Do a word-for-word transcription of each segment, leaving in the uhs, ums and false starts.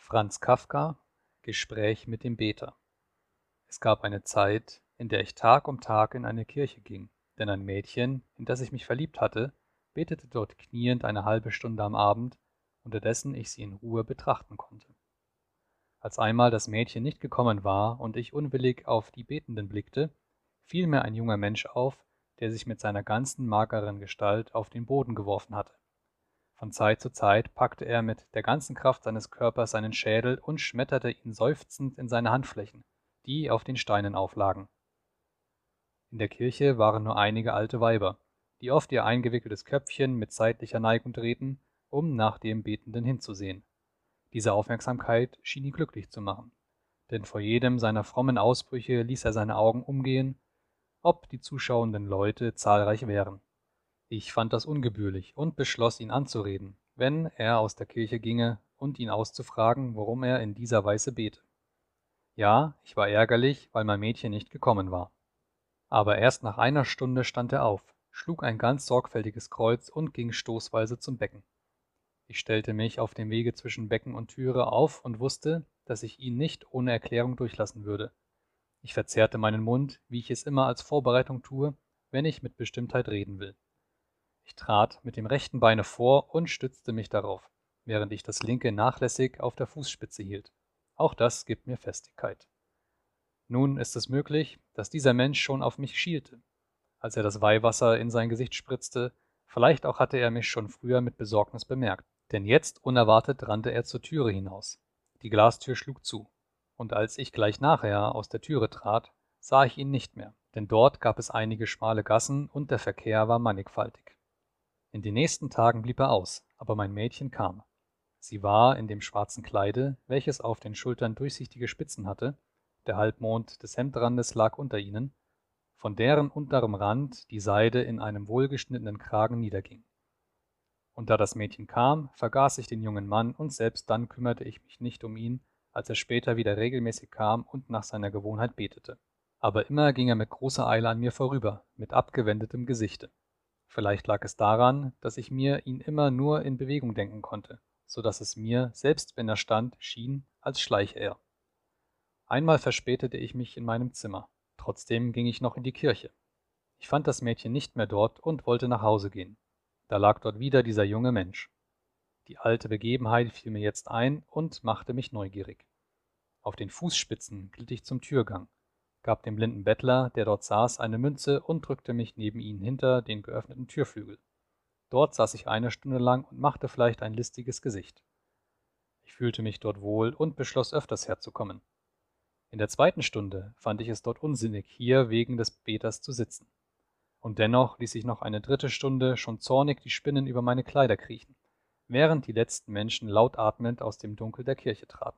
Franz Kafka: Gespräch mit dem Beter. Es gab eine Zeit, in der ich Tag um Tag in eine Kirche ging, denn ein Mädchen, in das ich mich verliebt hatte, betete dort kniend eine halbe Stunde am Abend, unterdessen ich sie in Ruhe betrachten konnte. Als einmal das Mädchen nicht gekommen war und ich unwillig auf die Betenden blickte, fiel mir ein junger Mensch auf, der sich mit seiner ganzen mageren Gestalt auf den Boden geworfen hatte. Von Zeit zu Zeit packte er mit der ganzen Kraft seines Körpers seinen Schädel und schmetterte ihn seufzend in seine Handflächen, die auf den Steinen auflagen. In der Kirche waren nur einige alte Weiber, die oft ihr eingewickeltes Köpfchen mit seitlicher Neigung drehten, um nach dem Betenden hinzusehen. Diese Aufmerksamkeit schien ihn glücklich zu machen, denn vor jedem seiner frommen Ausbrüche ließ er seine Augen umgehen, ob die zuschauenden Leute zahlreich wären. Ich fand das ungebührlich und beschloss, ihn anzureden, wenn er aus der Kirche ginge, und ihn auszufragen, warum er in dieser Weise bete. Ja, ich war ärgerlich, weil mein Mädchen nicht gekommen war. Aber erst nach einer Stunde stand er auf, schlug ein ganz sorgfältiges Kreuz und ging stoßweise zum Becken. Ich stellte mich auf dem Wege zwischen Becken und Türe auf und wusste, dass ich ihn nicht ohne Erklärung durchlassen würde. Ich verzerrte meinen Mund, wie ich es immer als Vorbereitung tue, wenn ich mit Bestimmtheit reden will. Ich trat mit dem rechten Beine vor und stützte mich darauf, während ich das linke nachlässig auf der Fußspitze hielt. Auch das gibt mir Festigkeit. Nun ist es möglich, dass dieser Mensch schon auf mich schielte, als er das Weihwasser in sein Gesicht spritzte. Vielleicht auch hatte er mich schon früher mit Besorgnis bemerkt, denn jetzt unerwartet rannte er zur Türe hinaus. Die Glastür schlug zu, und als ich gleich nachher aus der Türe trat, sah ich ihn nicht mehr, denn dort gab es einige schmale Gassen und der Verkehr war mannigfaltig. In den nächsten Tagen blieb er aus, aber mein Mädchen kam. Sie war in dem schwarzen Kleide, welches auf den Schultern durchsichtige Spitzen hatte, der Halbmond des Hemdrandes lag unter ihnen, von deren unterem Rand die Seide in einem wohlgeschnittenen Kragen niederging. Und da das Mädchen kam, vergaß ich den jungen Mann, und selbst dann kümmerte ich mich nicht um ihn, als er später wieder regelmäßig kam und nach seiner Gewohnheit betete. Aber immer ging er mit großer Eile an mir vorüber, mit abgewendetem Gesichte. Vielleicht lag es daran, dass ich mir ihn immer nur in Bewegung denken konnte, so dass es mir, selbst wenn er stand, schien, als schleiche er. Einmal verspätete ich mich in meinem Zimmer. Trotzdem ging ich noch in die Kirche. Ich fand das Mädchen nicht mehr dort und wollte nach Hause gehen. Da lag dort wieder dieser junge Mensch. Die alte Begebenheit fiel mir jetzt ein und machte mich neugierig. Auf den Fußspitzen glitt ich zum Türgang, gab dem blinden Bettler, der dort saß, eine Münze und drückte mich neben ihn hinter den geöffneten Türflügel. Dort saß ich eine Stunde lang und machte vielleicht ein listiges Gesicht. Ich fühlte mich dort wohl und beschloss, öfters herzukommen. In der zweiten Stunde fand ich es dort unsinnig, hier wegen des Beters zu sitzen. Und dennoch ließ ich noch eine dritte Stunde schon zornig die Spinnen über meine Kleider kriechen, während die letzten Menschen laut atmend aus dem Dunkel der Kirche traten.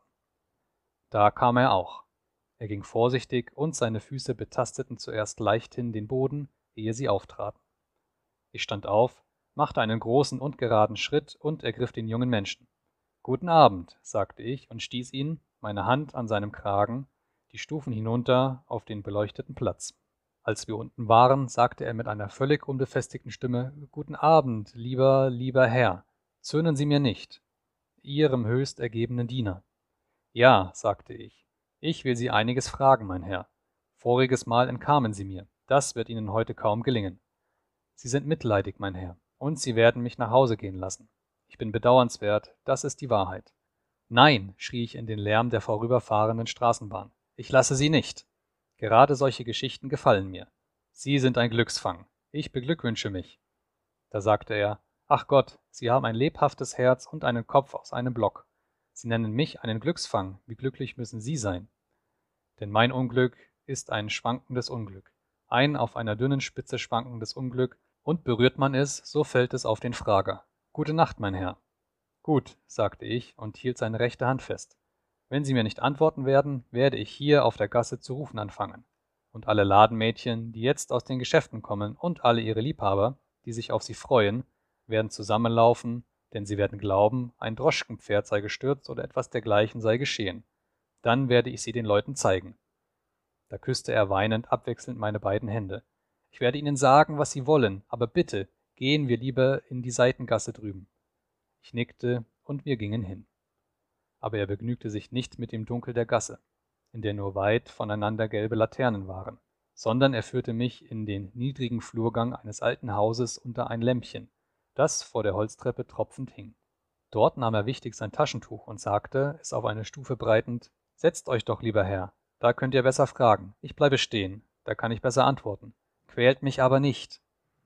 Da kam er auch. Er ging vorsichtig, und seine Füße betasteten zuerst leichthin den Boden, ehe sie auftraten. Ich stand auf, machte einen großen und geraden Schritt und ergriff den jungen Menschen. »Guten Abend«, sagte ich und stieß ihn, meine Hand an seinem Kragen, die Stufen hinunter auf den beleuchteten Platz. Als wir unten waren, sagte er mit einer völlig unbefestigten Stimme: »Guten Abend, lieber, lieber Herr. Zürnen Sie mir nicht. Ihrem höchst ergebenen Diener.« »Ja«, sagte ich, »ich will Sie einiges fragen, mein Herr. Voriges Mal entkamen Sie mir. Das wird Ihnen heute kaum gelingen. Sie sind mitleidig, mein Herr, und Sie werden mich nach Hause gehen lassen. Ich bin bedauernswert, das ist die Wahrheit.« »Nein«, schrie ich in den Lärm der vorüberfahrenden Straßenbahn, »ich lasse Sie nicht. Gerade solche Geschichten gefallen mir. Sie sind ein Glücksfang. Ich beglückwünsche mich.« Da sagte er: »Ach Gott, Sie haben ein lebhaftes Herz und einen Kopf aus einem Block. Sie nennen mich einen Glücksfang. Wie glücklich müssen Sie sein? Denn mein Unglück ist ein schwankendes Unglück, ein auf einer dünnen Spitze schwankendes Unglück, und berührt man es, so fällt es auf den Frager. Gute Nacht, mein Herr.« »Gut«, sagte ich und hielt seine rechte Hand fest. »Wenn Sie mir nicht antworten werden, werde ich hier auf der Gasse zu rufen anfangen. Und alle Ladenmädchen, die jetzt aus den Geschäften kommen, und alle ihre Liebhaber, die sich auf Sie freuen, werden zusammenlaufen, denn sie werden glauben, ein Droschkenpferd sei gestürzt oder etwas dergleichen sei geschehen. Dann werde ich Sie den Leuten zeigen.« Da küsste er weinend abwechselnd meine beiden Hände. »Ich werde Ihnen sagen, was Sie wollen, aber bitte, gehen wir lieber in die Seitengasse drüben.« Ich nickte, und wir gingen hin. aber er begnügte sich nicht mit dem Dunkel der Gasse, in der nur weit voneinander gelbe Laternen waren, sondern er führte mich in den niedrigen Flurgang eines alten Hauses unter ein Lämpchen, das vor der Holztreppe tropfend hing. Dort nahm er wichtig sein Taschentuch und sagte, es auf eine Stufe breitend: »Setzt euch doch, lieber Herr, da könnt ihr besser fragen. Ich bleibe stehen, da kann ich besser antworten. Quält mich aber nicht.«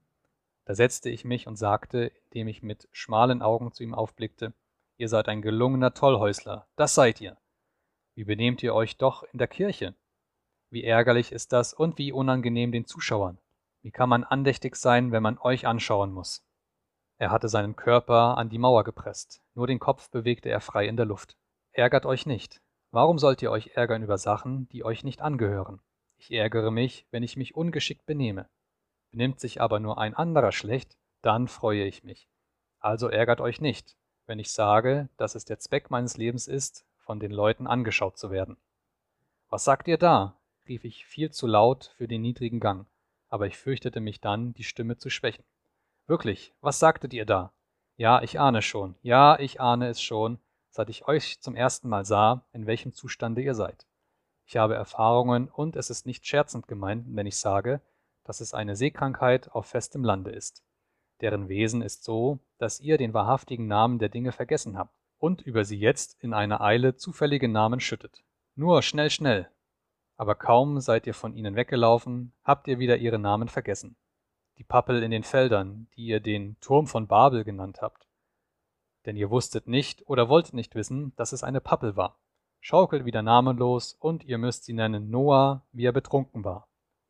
Da setzte ich mich und sagte, indem ich mit schmalen Augen zu ihm aufblickte: »Ihr seid ein gelungener Tollhäusler, das seid ihr. Wie benehmt ihr euch doch in der Kirche? Wie ärgerlich ist das und wie unangenehm den Zuschauern. Wie kann man andächtig sein, wenn man euch anschauen muss?« Er hatte seinen Körper an die Mauer gepresst, nur den Kopf bewegte er frei in der Luft. »Ärgert euch nicht. Warum sollt ihr euch ärgern über Sachen, die euch nicht angehören? Ich ärgere mich, wenn ich mich ungeschickt benehme. Benimmt sich aber nur ein anderer schlecht, dann freue ich mich. Also ärgert euch nicht, wenn ich sage, dass es der Zweck meines Lebens ist, von den Leuten angeschaut zu werden.« »Was sagt ihr da?« rief ich viel zu laut für den niedrigen Gang, aber ich fürchtete mich dann, die Stimme zu schwächen. »Wirklich, was sagtet ihr da? Ja, ich ahne schon, ja, ich ahne es schon, seit ich euch zum ersten Mal sah, in welchem Zustande ihr seid. Ich habe Erfahrungen und es ist nicht scherzend gemeint, wenn ich sage, dass es eine Seekrankheit auf festem Lande ist. Deren Wesen ist so, dass ihr den wahrhaftigen Namen der Dinge vergessen habt und über sie jetzt in einer Eile zufällige Namen schüttet. Nur schnell, schnell! Aber kaum seid ihr von ihnen weggelaufen, habt ihr wieder ihre Namen vergessen. Die Pappel in den Feldern, die ihr den Turm von Babel genannt habt. Denn ihr wusstet nicht oder wolltet nicht wissen, dass es eine Pappel war. Schaukelt wieder namenlos und ihr müsst sie nennen Noah, wie er betrunken war.«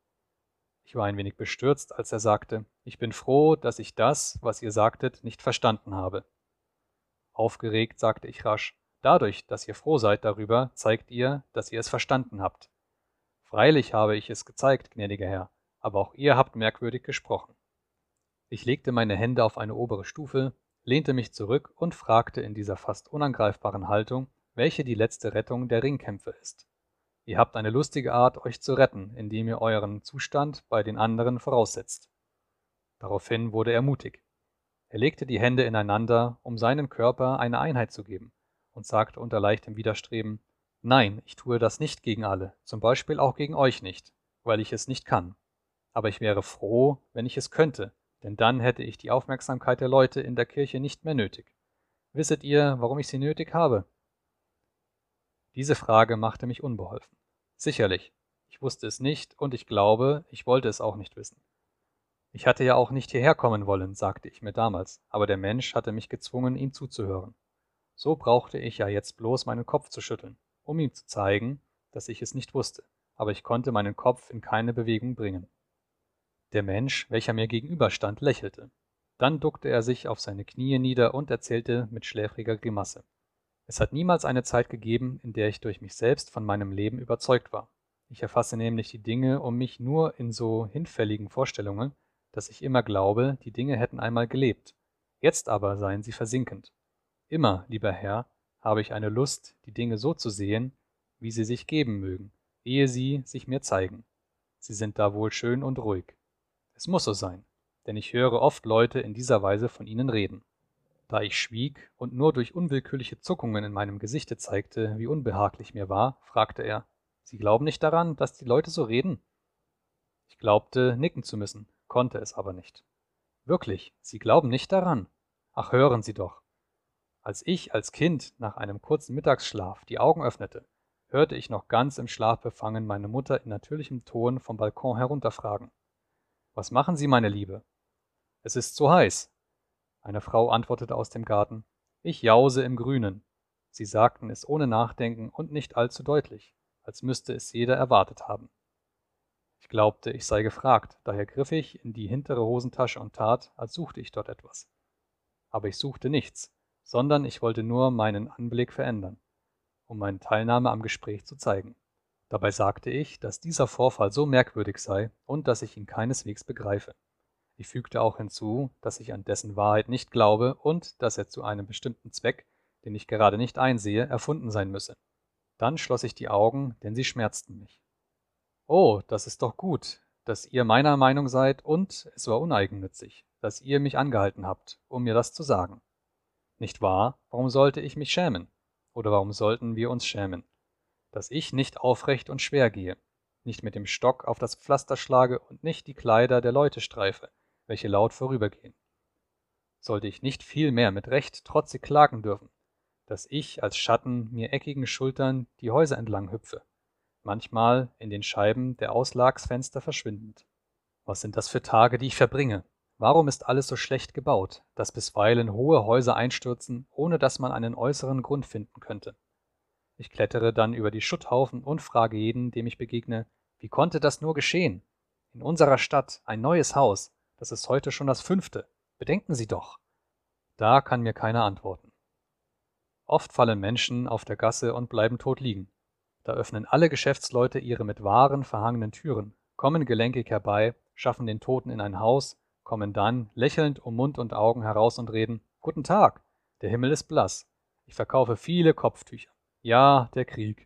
Ich war ein wenig bestürzt, als er sagte: »Ich bin froh, dass ich das, was ihr sagtet, nicht verstanden habe.« Aufgeregt sagte ich rasch: »Dadurch, dass ihr froh seid darüber, zeigt ihr, dass ihr es verstanden habt.« »Freilich habe ich es gezeigt, gnädiger Herr, aber auch ihr habt merkwürdig gesprochen.« Ich legte meine Hände auf eine obere Stufe, lehnte mich zurück und fragte in dieser fast unangreifbaren Haltung, welche die letzte Rettung der Ringkämpfe ist. »Ihr habt eine lustige Art, euch zu retten, indem ihr euren Zustand bei den anderen voraussetzt.« Daraufhin wurde er mutig. Er legte die Hände ineinander, um seinem Körper eine Einheit zu geben, und sagte unter leichtem Widerstreben: »Nein, ich tue das nicht gegen alle, zum Beispiel auch gegen euch nicht, weil ich es nicht kann. Aber ich wäre froh, wenn ich es könnte, denn dann hätte ich die Aufmerksamkeit der Leute in der Kirche nicht mehr nötig. Wisset ihr, warum ich sie nötig habe?« Diese Frage machte mich unbeholfen. Sicherlich, ich wusste es nicht und ich glaube, ich wollte es auch nicht wissen. Ich hatte ja auch nicht hierher kommen wollen, sagte ich mir damals, aber der Mensch hatte mich gezwungen, ihm zuzuhören. So brauchte ich ja jetzt bloß meinen Kopf zu schütteln, um ihm zu zeigen, dass ich es nicht wusste, aber ich konnte meinen Kopf in keine Bewegung bringen. Der Mensch, welcher mir gegenüberstand, lächelte. Dann duckte er sich auf seine Knie nieder und erzählte mit schläfriger Grimasse: »Es hat niemals eine Zeit gegeben, in der ich durch mich selbst von meinem Leben überzeugt war. Ich erfasse nämlich die Dinge um mich nur in so hinfälligen Vorstellungen, dass ich immer glaube, die Dinge hätten einmal gelebt. Jetzt aber seien sie versinkend. Immer, lieber Herr, habe ich eine Lust, die Dinge so zu sehen, wie sie sich geben mögen, ehe sie sich mir zeigen. Sie sind da wohl schön und ruhig. Es muss so sein, denn ich höre oft Leute in dieser Weise von ihnen reden.« Da ich schwieg und nur durch unwillkürliche Zuckungen in meinem Gesichte zeigte, wie unbehaglich mir war, fragte er: »Sie glauben nicht daran, dass die Leute so reden?« Ich glaubte, nicken zu müssen, konnte es aber nicht. »Wirklich, Sie glauben nicht daran? Ach, hören Sie doch. Als ich als Kind nach einem kurzen Mittagsschlaf die Augen öffnete, hörte ich noch ganz im Schlaf befangen meine Mutter in natürlichem Ton vom Balkon herunterfragen: »Was machen Sie, meine Liebe?« »Es ist so heiß.« Eine Frau antwortete aus dem Garten: »Ich jause im Grünen.« Sie sagten es ohne Nachdenken und nicht allzu deutlich, als müsste es jeder erwartet haben. Ich glaubte, ich sei gefragt, daher griff ich in die hintere Hosentasche und tat, als suchte ich dort etwas. Aber ich suchte nichts, sondern ich wollte nur meinen Anblick verändern, um meine Teilnahme am Gespräch zu zeigen. Dabei sagte ich, dass dieser Vorfall so merkwürdig sei und dass ich ihn keineswegs begreife. Ich fügte auch hinzu, dass ich an dessen Wahrheit nicht glaube und dass er zu einem bestimmten Zweck, den ich gerade nicht einsehe, erfunden sein müsse. Dann schloss ich die Augen, denn sie schmerzten mich. »Oh, das ist doch gut, dass ihr meiner Meinung seid und es war uneigennützig, dass ihr mich angehalten habt, um mir das zu sagen. Nicht wahr? Warum sollte ich mich schämen? Oder warum sollten wir uns schämen? Dass ich nicht aufrecht und schwer gehe, nicht mit dem Stock auf das Pflaster schlage und nicht die Kleider der Leute streife, welche laut vorübergehen. Sollte ich nicht vielmehr mit Recht trotzig klagen dürfen, dass ich als Schatten mir eckigen Schultern die Häuser entlang hüpfe, manchmal in den Scheiben der Auslagsfenster verschwindend? Was sind das für Tage, die ich verbringe? Warum ist alles so schlecht gebaut, dass bisweilen hohe Häuser einstürzen, ohne dass man einen äußeren Grund finden könnte? Ich klettere dann über die Schutthaufen und frage jeden, dem ich begegne, wie konnte das nur geschehen? In unserer Stadt ein neues Haus, das ist heute schon das fünfte. Bedenken Sie doch. Da kann mir keiner antworten. Oft fallen Menschen auf der Gasse und bleiben tot liegen. Da öffnen alle Geschäftsleute ihre mit Waren verhangenen Türen, kommen gelenkig herbei, schaffen den Toten in ein Haus, kommen dann lächelnd um Mund und Augen heraus und reden: Guten Tag, der Himmel ist blass. Ich verkaufe viele Kopftücher. Ja, der Krieg.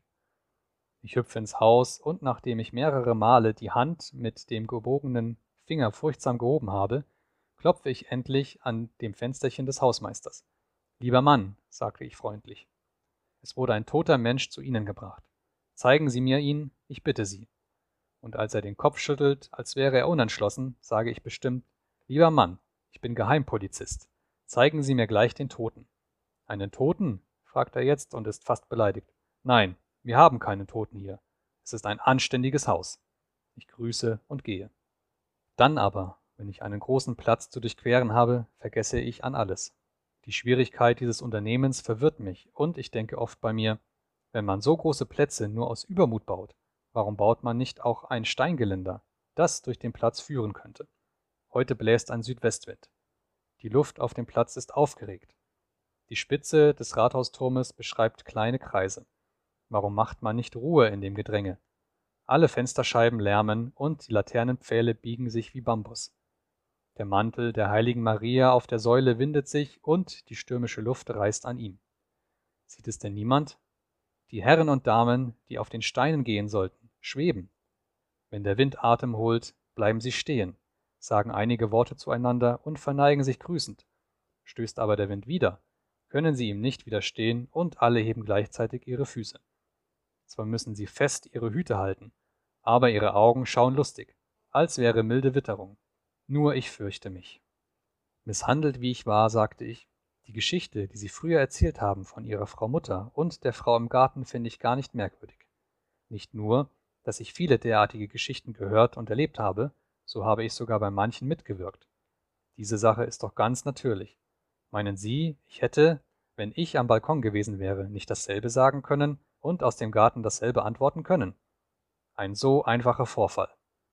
Ich hüpfe ins Haus und nachdem ich mehrere Male die Hand mit dem gebogenen Finger furchtsam gehoben habe, klopfe ich endlich an dem Fensterchen des Hausmeisters. Lieber Mann, sagte ich freundlich, es wurde ein toter Mensch zu Ihnen gebracht. Zeigen Sie mir ihn, ich bitte Sie. Und als er den Kopf schüttelt, als wäre er unentschlossen, sage ich bestimmt: Lieber Mann, ich bin Geheimpolizist. Zeigen Sie mir gleich den Toten. Einen Toten? Fragt er jetzt und ist fast beleidigt. Nein, wir haben keinen Toten hier. Es ist ein anständiges Haus. Ich grüße und gehe. Dann aber, wenn ich einen großen Platz zu durchqueren habe, vergesse ich an alles. Die Schwierigkeit dieses Unternehmens verwirrt mich und ich denke oft bei mir, wenn man so große Plätze nur aus Übermut baut, warum baut man nicht auch ein Steingeländer, das durch den Platz führen könnte? Heute bläst ein Südwestwind. Die Luft auf dem Platz ist aufgeregt. Die Spitze des Rathausturmes beschreibt kleine Kreise. Warum macht man nicht Ruhe in dem Gedränge? Alle Fensterscheiben lärmen und die Laternenpfähle biegen sich wie Bambus. Der Mantel der heiligen Maria auf der Säule windet sich und die stürmische Luft reißt an ihm. Sieht es denn niemand? Die Herren und Damen, die auf den Steinen gehen sollten, schweben. Wenn der Wind Atem holt, bleiben sie stehen, sagen einige Worte zueinander und verneigen sich grüßend. Stößt aber der Wind wieder, können sie ihm nicht widerstehen und alle heben gleichzeitig ihre Füße. Zwar müssen sie fest ihre Hüte halten, aber ihre Augen schauen lustig, als wäre milde Witterung. Nur ich fürchte mich. Misshandelt wie ich war, sagte ich, die Geschichte, die Sie früher erzählt haben von Ihrer Frau Mutter und der Frau im Garten, finde ich gar nicht merkwürdig. Nicht nur, dass ich viele derartige Geschichten gehört und erlebt habe, so habe ich sogar bei manchen mitgewirkt. Diese Sache ist doch ganz natürlich. Meinen Sie, ich hätte, wenn ich am Balkon gewesen wäre, nicht dasselbe sagen können und aus dem Garten dasselbe antworten können? Ein so einfacher Vorfall.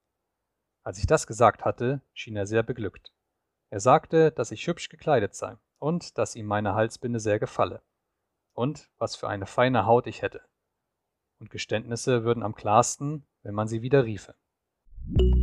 Als ich das gesagt hatte, schien er sehr beglückt. Er sagte, dass ich hübsch gekleidet sei und dass ihm meine Halsbinde sehr gefalle. Und was für eine feine Haut ich hätte. Und Geständnisse würden am klarsten, wenn man sie widerriefe.